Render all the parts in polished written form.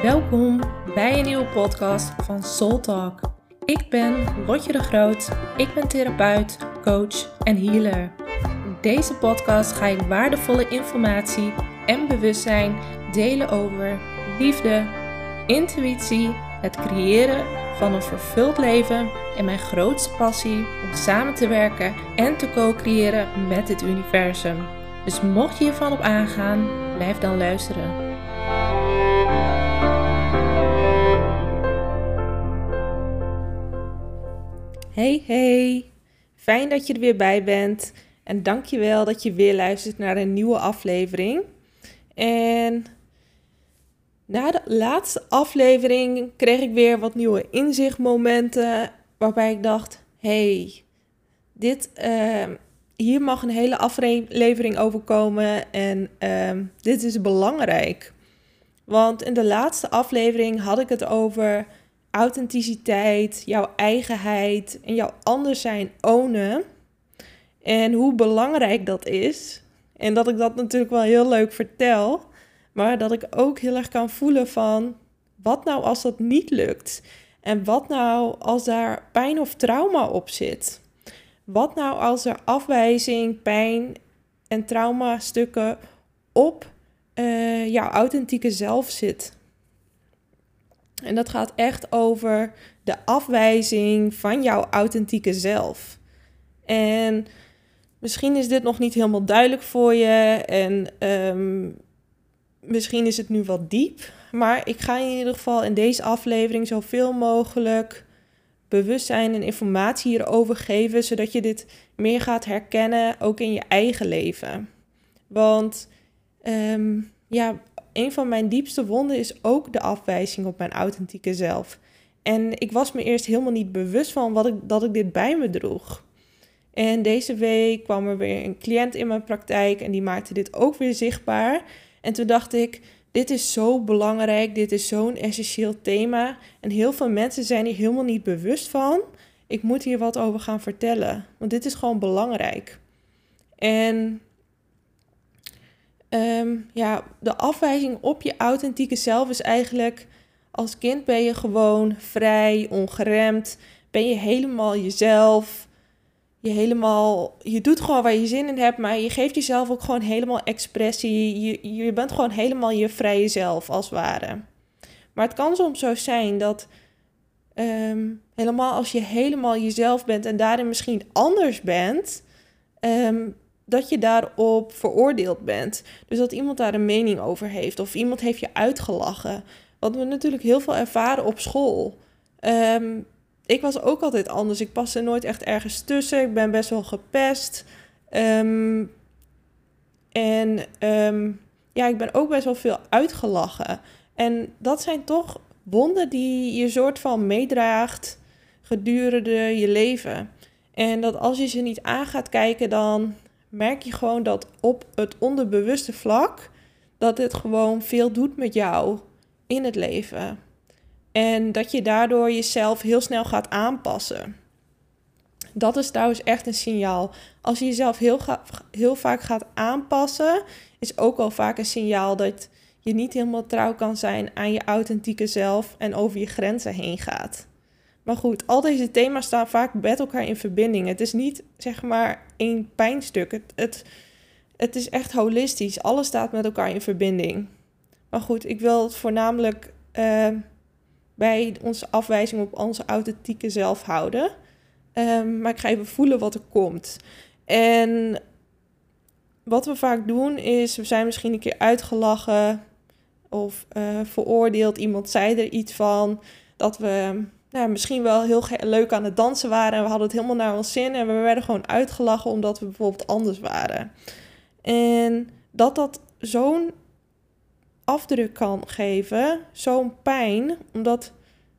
Welkom bij een nieuwe podcast van Soul Talk. Ik ben Lotje de Groot, ik ben therapeut, coach en healer. In deze podcast ga ik waardevolle informatie en bewustzijn delen over liefde, intuïtie, het creëren van een vervuld leven en mijn grootste passie om samen te werken en te co-creëren met het universum. Dus mocht je hiervan op aangaan, blijf dan luisteren. Hey, fijn dat je er weer bij bent en dankjewel dat je weer luistert naar een nieuwe aflevering. En na de laatste aflevering kreeg ik weer wat nieuwe inzichtmomenten waarbij ik dacht, hier mag een hele aflevering over komen en dit is belangrijk. Want in de laatste aflevering had ik het over authenticiteit, jouw eigenheid en jouw anders zijn ownen. En hoe belangrijk dat is. En dat ik dat natuurlijk wel heel leuk vertel. Maar dat ik ook heel erg kan voelen van, wat nou als dat niet lukt? En wat nou als daar pijn of trauma op zit? Wat nou als er afwijzing, pijn en trauma stukken op jouw authentieke zelf zit? En dat gaat echt over de afwijzing van jouw authentieke zelf. En misschien is dit nog niet helemaal duidelijk voor je. En misschien is het nu wat diep. Maar ik ga je in ieder geval in deze aflevering zoveel mogelijk bewustzijn en informatie hierover geven. Zodat je dit meer gaat herkennen, ook in je eigen leven. Want een van mijn diepste wonden is ook de afwijzing op mijn authentieke zelf. En ik was me eerst helemaal niet bewust van dat ik dit bij me droeg. En deze week kwam er weer een cliënt in mijn praktijk en die maakte dit ook weer zichtbaar. En toen dacht ik, dit is zo belangrijk, dit is zo'n essentieel thema. En heel veel mensen zijn hier helemaal niet bewust van. Ik moet hier wat over gaan vertellen, want dit is gewoon belangrijk. En de afwijzing op je authentieke zelf is eigenlijk, als kind ben je gewoon vrij, ongeremd, ben je helemaal jezelf. Je doet gewoon waar je zin in hebt, maar je geeft jezelf ook gewoon helemaal expressie. Je bent gewoon helemaal je vrije zelf, als het ware. Maar het kan soms zo zijn dat helemaal als je helemaal jezelf bent en daarin misschien anders bent, dat je daarop veroordeeld bent. Dus dat iemand daar een mening over heeft of iemand heeft je uitgelachen. Wat we natuurlijk heel veel ervaren op school. Ik was ook altijd anders. Ik paste nooit echt ergens tussen. Ik ben best wel gepest. Ik ben ook best wel veel uitgelachen. En dat zijn toch wonden die je soort van meedraagt gedurende je leven. En dat als je ze niet aan gaat kijken, dan merk je gewoon dat op het onderbewuste vlak, dat het gewoon veel doet met jou in het leven. En dat je daardoor jezelf heel snel gaat aanpassen. Dat is trouwens echt een signaal. Als je jezelf heel vaak gaat aanpassen, is ook al vaak een signaal dat je niet helemaal trouw kan zijn aan je authentieke zelf en over je grenzen heen gaat. Maar goed, al deze thema's staan vaak met elkaar in verbinding. Het is niet, zeg maar, één pijnstuk. Het is echt holistisch. Alles staat met elkaar in verbinding. Maar goed, ik wil het voornamelijk bij onze afwijzing op onze authentieke zelf houden. Maar ik ga even voelen wat er komt. En wat we vaak doen is, we zijn misschien een keer uitgelachen of veroordeeld. Iemand zei er iets van dat we misschien wel heel leuk aan het dansen waren en we hadden het helemaal naar ons zin en we werden gewoon uitgelachen omdat we bijvoorbeeld anders waren. En dat zo'n afdruk kan geven, zo'n pijn, omdat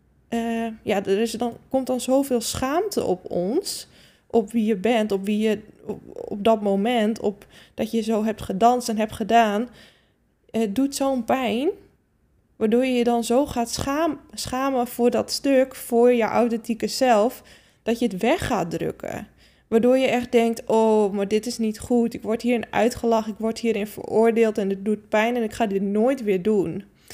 komt dan zoveel schaamte op ons, op wie je bent, op wie je op dat moment, op dat je zo hebt gedanst en hebt gedaan. Het doet zo'n pijn, waardoor je je dan zo gaat schamen voor dat stuk, voor je authentieke zelf, dat je het weg gaat drukken. Waardoor je echt denkt, oh, maar dit is niet goed. Ik word hierin uitgelachen, ik word hierin veroordeeld en het doet pijn en ik ga dit nooit weer doen.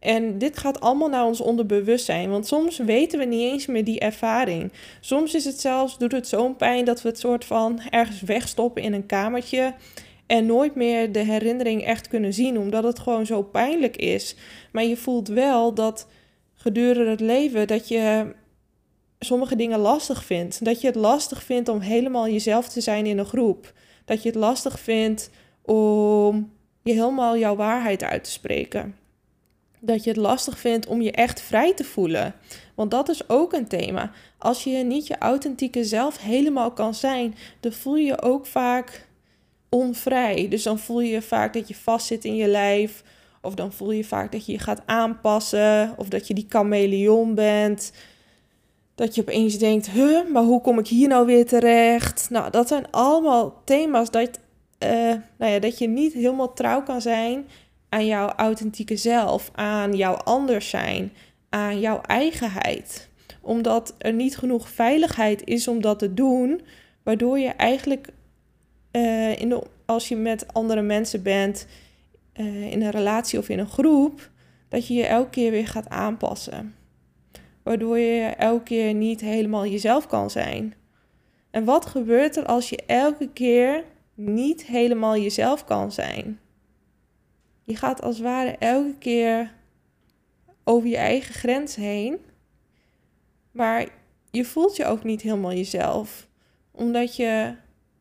En dit gaat allemaal naar ons onderbewustzijn. Want soms weten we niet eens meer die ervaring. Soms is het zelfs, doet het zo'n pijn dat we het soort van ergens wegstoppen in een kamertje. En nooit meer de herinnering echt kunnen zien. Omdat het gewoon zo pijnlijk is. Maar je voelt wel dat gedurende het leven dat je sommige dingen lastig vindt. Dat je het lastig vindt om helemaal jezelf te zijn in een groep. Dat je het lastig vindt om je helemaal jouw waarheid uit te spreken. Dat je het lastig vindt om je echt vrij te voelen. Want dat is ook een thema. Als je niet je authentieke zelf helemaal kan zijn, dan voel je je ook vaak onvrij. Dus dan voel je vaak dat je vastzit in je lijf. Of dan voel je vaak dat je je gaat aanpassen. Of dat je die chameleon bent. Dat je opeens denkt, maar hoe kom ik hier nou weer terecht? Nou, dat zijn allemaal thema's dat je niet helemaal trouw kan zijn aan jouw authentieke zelf, aan jouw anders zijn, aan jouw eigenheid. Omdat er niet genoeg veiligheid is om dat te doen, waardoor je eigenlijk als je met andere mensen bent, in een relatie of in een groep, dat je je elke keer weer gaat aanpassen. Waardoor je elke keer niet helemaal jezelf kan zijn. En wat gebeurt er als je elke keer niet helemaal jezelf kan zijn? Je gaat als het ware elke keer over je eigen grens heen. Maar je voelt je ook niet helemaal jezelf. Omdat je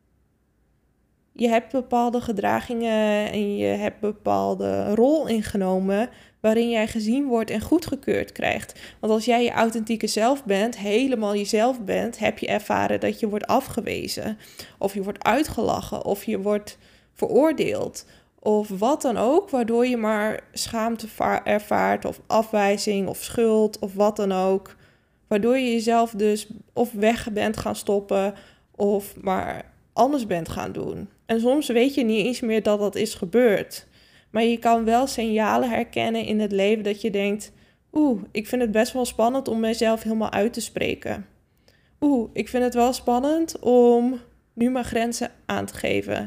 hebt bepaalde gedragingen en je hebt bepaalde rol ingenomen waarin jij gezien wordt en goedgekeurd krijgt. Want als jij je authentieke zelf bent, helemaal jezelf bent, heb je ervaren dat je wordt afgewezen. Of je wordt uitgelachen, of je wordt veroordeeld. Of wat dan ook, waardoor je maar schaamte ervaart, of afwijzing, of schuld, of wat dan ook. Waardoor je jezelf dus of weg bent gaan stoppen, of maar anders bent gaan doen. En soms weet je niet eens meer dat dat is gebeurd. Maar je kan wel signalen herkennen in het leven dat je denkt, ik vind het best wel spannend om mezelf helemaal uit te spreken. Ik vind het wel spannend om nu mijn grenzen aan te geven.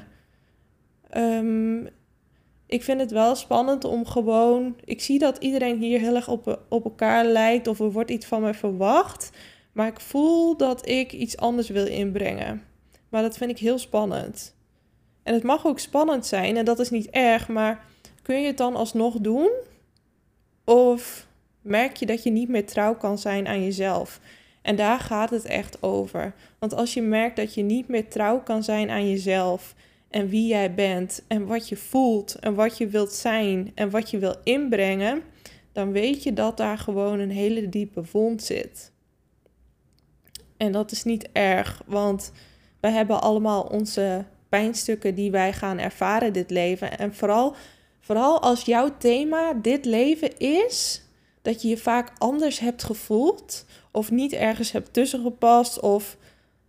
Ik vind het wel spannend om gewoon... Ik zie dat iedereen hier heel erg op elkaar lijkt of er wordt iets van me verwacht. Maar ik voel dat ik iets anders wil inbrengen. Maar dat vind ik heel spannend. En het mag ook spannend zijn en dat is niet erg, maar kun je het dan alsnog doen? Of merk je dat je niet meer trouw kan zijn aan jezelf? En daar gaat het echt over. Want als je merkt dat je niet meer trouw kan zijn aan jezelf en wie jij bent en wat je voelt en wat je wilt zijn en wat je wil inbrengen, dan weet je dat daar gewoon een hele diepe wond zit. En dat is niet erg, want wij hebben allemaal onze pijnstukken die wij gaan ervaren dit leven. En vooral als jouw thema dit leven is, dat je je vaak anders hebt gevoeld of niet ergens hebt tussengepast of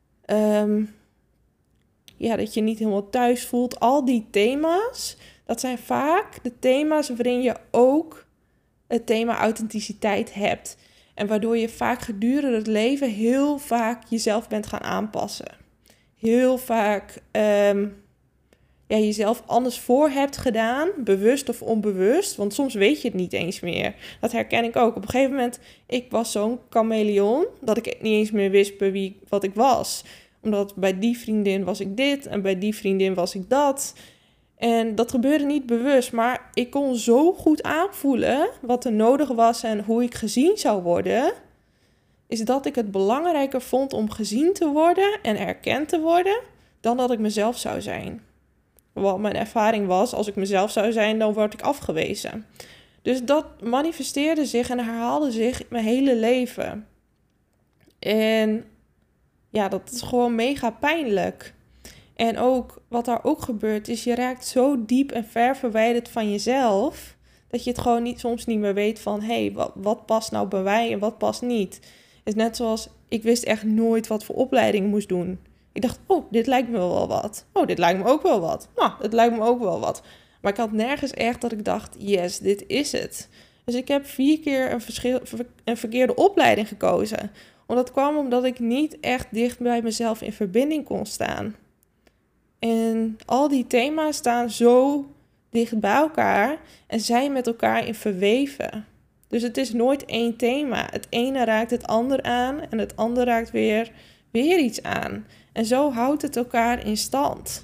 dat je niet helemaal thuis voelt. Al die thema's, dat zijn vaak de thema's waarin je ook het thema authenticiteit hebt. En waardoor je vaak gedurende het leven heel vaak jezelf bent gaan aanpassen. Heel vaak jezelf anders voor hebt gedaan, bewust of onbewust. Want soms weet je het niet eens meer. Dat herken ik ook. Op een gegeven moment, ik was zo'n chameleon dat ik niet eens meer wist bij wat ik was. Omdat bij die vriendin was ik dit en bij die vriendin was ik dat. En dat gebeurde niet bewust, maar ik kon zo goed aanvoelen wat er nodig was en hoe ik gezien zou worden, is dat ik het belangrijker vond om gezien te worden en erkend te worden, dan dat ik mezelf zou zijn. Wat mijn ervaring was, als ik mezelf zou zijn, dan word ik afgewezen. Dus dat manifesteerde zich en herhaalde zich mijn hele leven. En ja, dat is gewoon mega pijnlijk. En ook, wat daar ook gebeurt, is je raakt zo diep en ver verwijderd van jezelf, dat je het gewoon soms niet meer weet van, wat past nou bij mij en wat past niet. Het is net zoals, ik wist echt nooit wat voor opleiding ik moest doen. Ik dacht, dit lijkt me wel wat. Dit lijkt me ook wel wat. Nou, het lijkt me ook wel wat. Maar ik had nergens echt dat ik dacht, yes, dit is het. Dus ik heb 4 keer een verkeerde opleiding gekozen. Dat kwam omdat ik niet echt dicht bij mezelf in verbinding kon staan. En al die thema's staan zo dicht bij elkaar en zijn met elkaar in verweven. Dus het is nooit één thema. Het ene raakt het ander aan en het ander raakt weer iets aan. En zo houdt het elkaar in stand.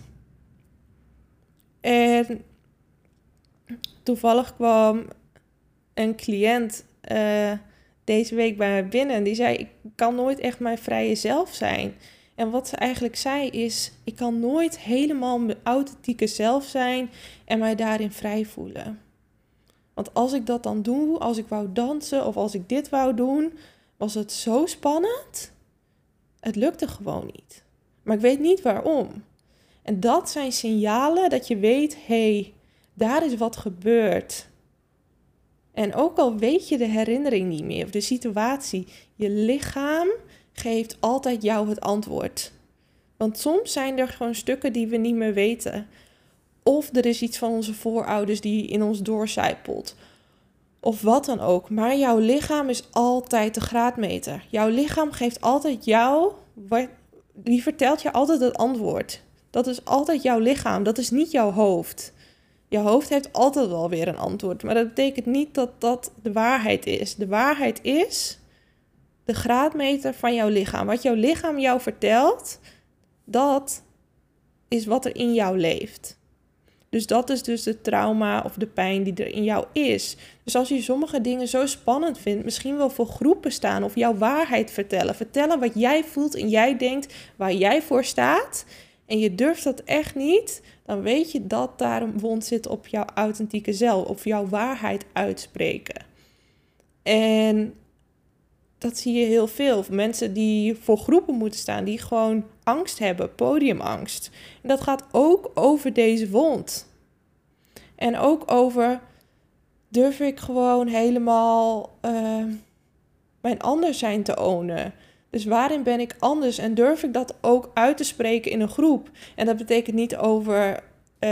En toevallig kwam een cliënt deze week bij mij binnen en die zei, ik kan nooit echt mijn vrije zelf zijn. En wat ze eigenlijk zei is, ik kan nooit helemaal mijn authentieke zelf zijn en mij daarin vrij voelen. Want als ik dat dan doe, als ik wou dansen of als ik dit wou doen, was het zo spannend. Het lukte gewoon niet. Maar ik weet niet waarom. En dat zijn signalen dat je weet, hé, daar is wat gebeurd. En ook al weet je de herinnering niet meer of de situatie, je lichaam geeft altijd jou het antwoord. Want soms zijn er gewoon stukken die we niet meer weten. Of er is iets van onze voorouders die in ons doorcijpelt. Of wat dan ook. Maar jouw lichaam is altijd de graadmeter. Jouw lichaam geeft altijd jou, die vertelt je altijd het antwoord. Dat is altijd jouw lichaam, dat is niet jouw hoofd. Je hoofd heeft altijd wel weer een antwoord. Maar dat betekent niet dat dat de waarheid is. De waarheid is de graadmeter van jouw lichaam. Wat jouw lichaam jou vertelt, dat is wat er in jou leeft. Dus dat is dus de trauma of de pijn die er in jou is. Dus als je sommige dingen zo spannend vindt, misschien wel voor groepen staan of jouw waarheid vertellen. Vertellen wat jij voelt en jij denkt waar jij voor staat. En je durft dat echt niet, dan weet je dat daar een wond zit op jouw authentieke zelf. Of jouw waarheid uitspreken. En dat zie je heel veel. Mensen die voor groepen moeten staan, die gewoon angst hebben, podiumangst. En dat gaat ook over deze wond. En ook over, durf ik gewoon helemaal mijn anders zijn te ownen. Dus waarin ben ik anders en durf ik dat ook uit te spreken in een groep? En dat betekent niet over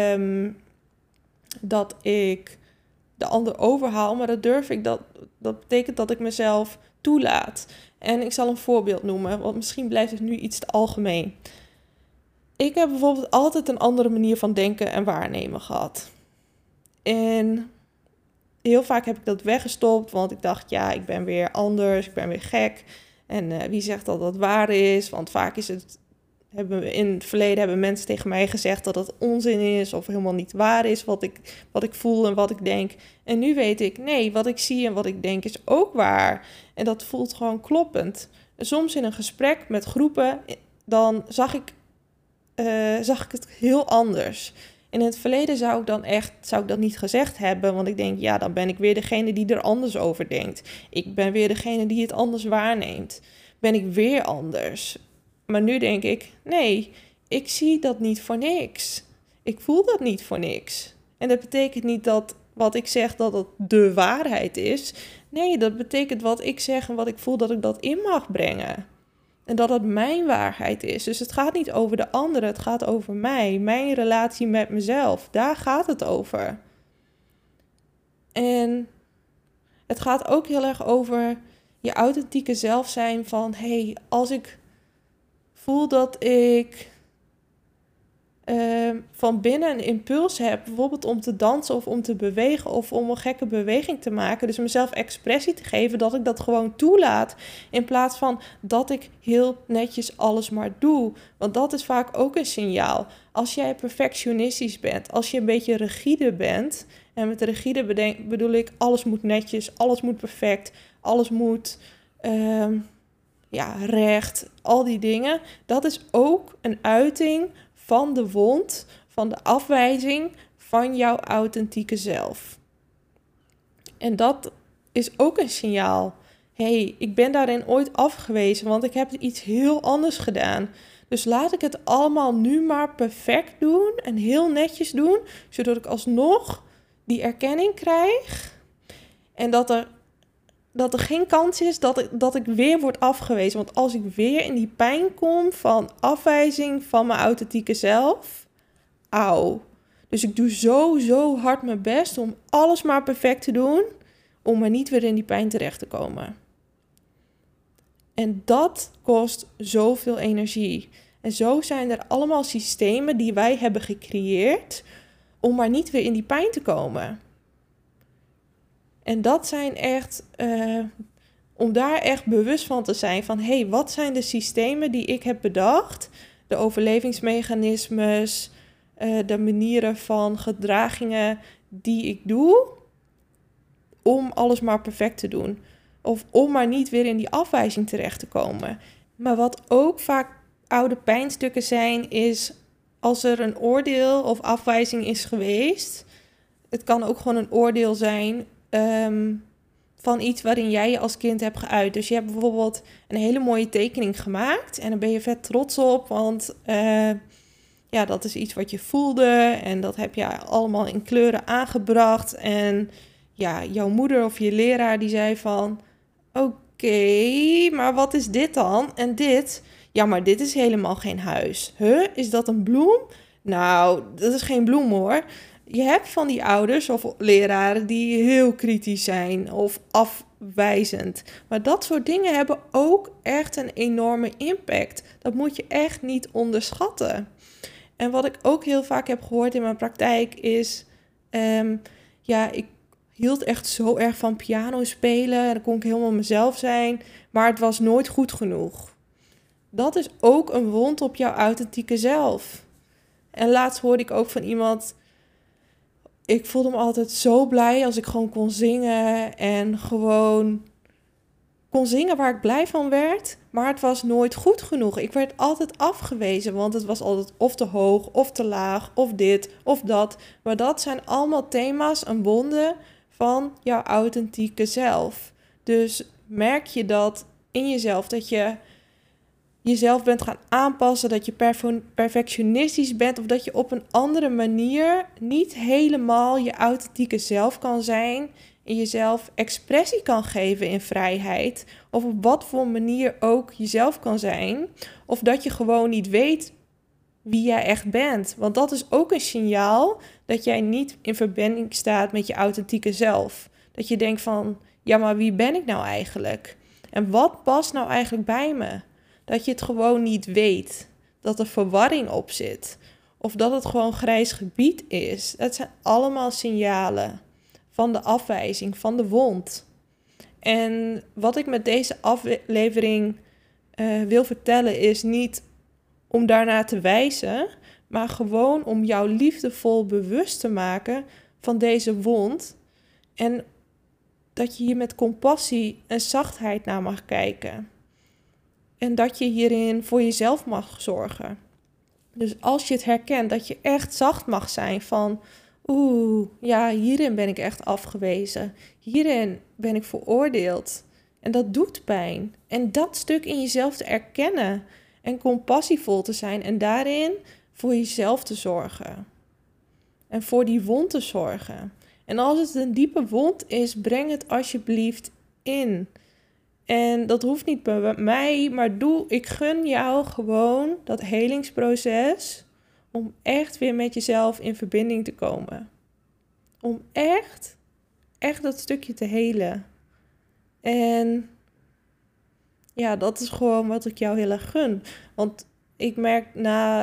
dat ik de ander overhaal, maar dat betekent dat ik mezelf toelaat. En ik zal een voorbeeld noemen, want misschien blijft het nu iets te algemeen. Ik heb bijvoorbeeld altijd een andere manier van denken en waarnemen gehad. En heel vaak heb ik dat weggestopt, want ik dacht, ja, ik ben weer anders, ik ben weer gek. En wie zegt dat dat waar is? Want vaak is het, in het verleden hebben mensen tegen mij gezegd dat het onzin is of helemaal niet waar is wat ik voel en wat ik denk. En nu weet ik, nee, wat ik zie en wat ik denk is ook waar. En dat voelt gewoon kloppend. En soms in een gesprek met groepen, dan zag ik het heel anders. In het verleden zou ik dat niet gezegd hebben, want ik denk, ja, dan ben ik weer degene die er anders over denkt. Ik ben weer degene die het anders waarneemt. Ben ik weer anders. Maar nu denk ik, nee, ik zie dat niet voor niks. Ik voel dat niet voor niks. En dat betekent niet dat wat ik zeg, dat het de waarheid is. Nee, dat betekent wat ik zeg en wat ik voel, dat ik dat in mag brengen. En dat het mijn waarheid is. Dus het gaat niet over de anderen, het gaat over mij. Mijn relatie met mezelf, daar gaat het over. En het gaat ook heel erg over je authentieke zelf zijn van, hey, als ik voel dat ik van binnen een impuls heb, bijvoorbeeld om te dansen of om te bewegen of om een gekke beweging te maken, dus mezelf expressie te geven, dat ik dat gewoon toelaat, in plaats van dat ik heel netjes alles maar doe. Want dat is vaak ook een signaal. Als jij perfectionistisch bent, als je een beetje rigide bent, en met rigide bedoel ik, alles moet netjes, alles moet perfect, alles moet recht, al die dingen, dat is ook een uiting van de wond, van de afwijzing van jouw authentieke zelf. En dat is ook een signaal. Hey, ik ben daarin ooit afgewezen, want ik heb iets heel anders gedaan. Dus laat ik het allemaal nu maar perfect doen en heel netjes doen, zodat ik alsnog die erkenning krijg en dat er geen kans is dat ik weer word afgewezen. Want als ik weer in die pijn kom van afwijzing van mijn authentieke zelf, auw. Dus ik doe zo hard mijn best om alles maar perfect te doen, om maar niet weer in die pijn terecht te komen. En dat kost zoveel energie. En zo zijn er allemaal systemen die wij hebben gecreëerd om maar niet weer in die pijn te komen. En dat zijn echt, om daar echt bewust van te zijn van, hey, wat zijn de systemen die ik heb bedacht? De overlevingsmechanismes, de manieren van gedragingen die ik doe om alles maar perfect te doen. Of om maar niet weer in die afwijzing terecht te komen. Maar wat ook vaak oude pijnstukken zijn, is als er een oordeel of afwijzing is geweest. Het kan ook gewoon een oordeel zijn van iets waarin jij je als kind hebt geuit. Dus je hebt bijvoorbeeld een hele mooie tekening gemaakt en daar ben je vet trots op, want dat is iets wat je voelde en dat heb je allemaal in kleuren aangebracht. En ja, jouw moeder of je leraar die zei van, oké, maar wat is dit dan? En dit? Ja, maar dit is helemaal geen huis. Huh? Is dat een bloem? Nou, dat is geen bloem hoor. Je hebt van die ouders of leraren die heel kritisch zijn of afwijzend. Maar dat soort dingen hebben ook echt een enorme impact. Dat moet je echt niet onderschatten. En wat ik ook heel vaak heb gehoord in mijn praktijk is, ik hield echt zo erg van piano spelen. En dan kon ik helemaal mezelf zijn, maar het was nooit goed genoeg. Dat is ook een wond op jouw authentieke zelf. En laatst hoorde ik ook van iemand, ik voelde me altijd zo blij als ik gewoon kon zingen en gewoon kon zingen waar ik blij van werd, maar het was nooit goed genoeg. Ik werd altijd afgewezen, want het was altijd of te hoog, of te laag, of dit, of dat. Maar dat zijn allemaal thema's en wonden van jouw authentieke zelf. Dus merk je dat in jezelf, dat je jezelf bent gaan aanpassen, dat je perfectionistisch bent of dat je op een andere manier niet helemaal je authentieke zelf kan zijn en jezelf expressie kan geven in vrijheid of op wat voor manier ook jezelf kan zijn, of dat je gewoon niet weet wie jij echt bent. Want dat is ook een signaal dat jij niet in verbinding staat met je authentieke zelf. Dat je denkt van, ja, maar wie ben ik nou eigenlijk? En wat past nou eigenlijk bij me? Dat je het gewoon niet weet. Dat er verwarring op zit. Of dat het gewoon grijs gebied is. Dat zijn allemaal signalen van de afwijzing, van de wond. En wat ik met deze aflevering wil vertellen is niet om daarnaar te wijzen, maar gewoon om jou liefdevol bewust te maken van deze wond. En dat je hier met compassie en zachtheid naar mag kijken. En dat je hierin voor jezelf mag zorgen. Dus als je het herkent, dat je echt zacht mag zijn van, hierin ben ik echt afgewezen. Hierin ben ik veroordeeld. En dat doet pijn. En dat stuk in jezelf te erkennen en compassievol te zijn en daarin voor jezelf te zorgen. En voor die wond te zorgen. En als het een diepe wond is, breng het alsjeblieft in. En dat hoeft niet bij mij, maar ik gun jou gewoon dat helingsproces om echt weer met jezelf in verbinding te komen. Om echt dat stukje te helen. En ja, dat is gewoon wat ik jou heel erg gun. Want ik merk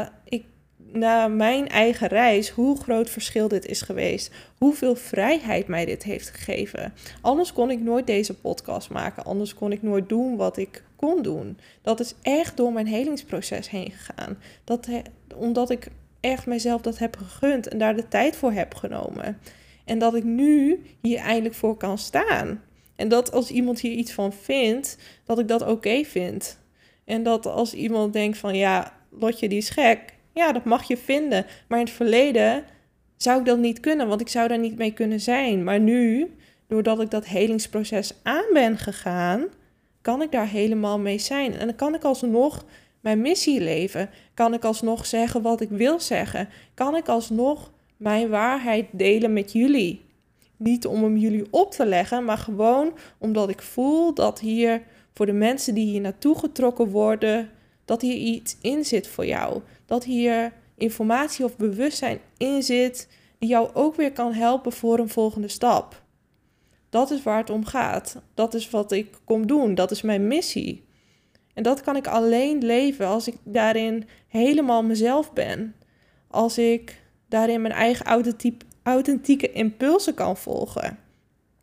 na mijn eigen reis hoe groot verschil dit is geweest. Hoeveel vrijheid mij dit heeft gegeven. Anders kon ik nooit deze podcast maken. Anders kon ik nooit doen wat ik kon doen. Dat is echt door mijn helingsproces heen gegaan. Omdat ik echt mezelf dat heb gegund en daar de tijd voor heb genomen. En dat ik nu hier eindelijk voor kan staan. En dat als iemand hier iets van vindt, dat ik dat oké vind. En dat als iemand denkt van, ja, Lotje die is gek. Ja, dat mag je vinden. Maar in het verleden zou ik dat niet kunnen, want ik zou daar niet mee kunnen zijn. Maar nu, doordat ik dat helingsproces aan ben gegaan, kan ik daar helemaal mee zijn. En dan kan ik alsnog mijn missie leven. Kan ik alsnog zeggen wat ik wil zeggen. Kan ik alsnog mijn waarheid delen met jullie. Niet om hem jullie op te leggen, maar gewoon omdat ik voel dat hier voor de mensen die hier naartoe getrokken worden, dat hier iets in zit voor jou. Dat hier informatie of bewustzijn in zit die jou ook weer kan helpen voor een volgende stap. Dat is waar het om gaat. Dat is wat ik kom doen. Dat is mijn missie. En dat kan ik alleen leven als ik daarin helemaal mezelf ben. Als ik daarin mijn eigen authentieke impulsen kan volgen.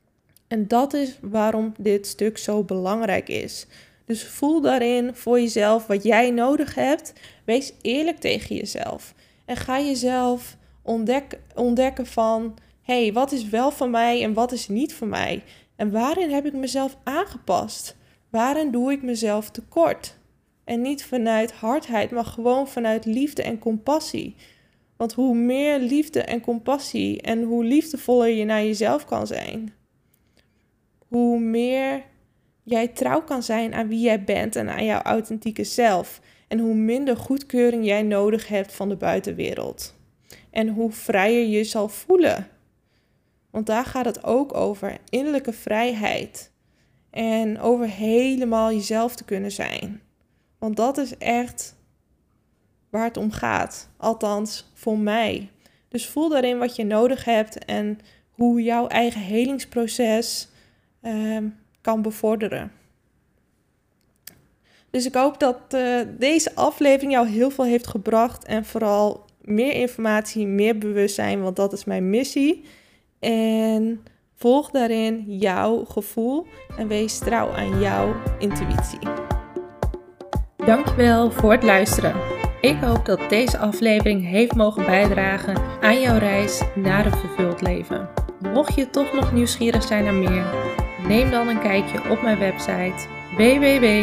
En dat is waarom dit stuk zo belangrijk is. Dus voel daarin voor jezelf wat jij nodig hebt. Wees eerlijk tegen jezelf. En ga jezelf ontdekken van, hey, wat is wel van mij en wat is niet van mij? En waarin heb ik mezelf aangepast? Waarin doe ik mezelf tekort? En niet vanuit hardheid, maar gewoon vanuit liefde en compassie. Want hoe meer liefde en compassie en hoe liefdevoller je naar jezelf kan zijn, hoe meer jij trouw kan zijn aan wie jij bent en aan jouw authentieke zelf. En hoe minder goedkeuring jij nodig hebt van de buitenwereld. En hoe vrijer je zal voelen. Want daar gaat het ook over, innerlijke vrijheid. En over helemaal jezelf te kunnen zijn. Want dat is echt waar het om gaat. Althans, voor mij. Dus voel daarin wat je nodig hebt en hoe jouw eigen helingsproces kan bevorderen. Dus ik hoop dat deze aflevering jou heel veel heeft gebracht. En vooral meer informatie, meer bewustzijn, want dat is mijn missie. En volg daarin jouw gevoel en wees trouw aan jouw intuïtie. Dankjewel voor het luisteren. Ik hoop dat deze aflevering heeft mogen bijdragen aan jouw reis naar een vervuld leven. Mocht je toch nog nieuwsgierig zijn naar meer, neem dan een kijkje op mijn website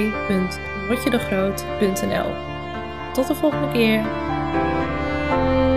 www.lotjedegroot.nl. Tot de volgende keer!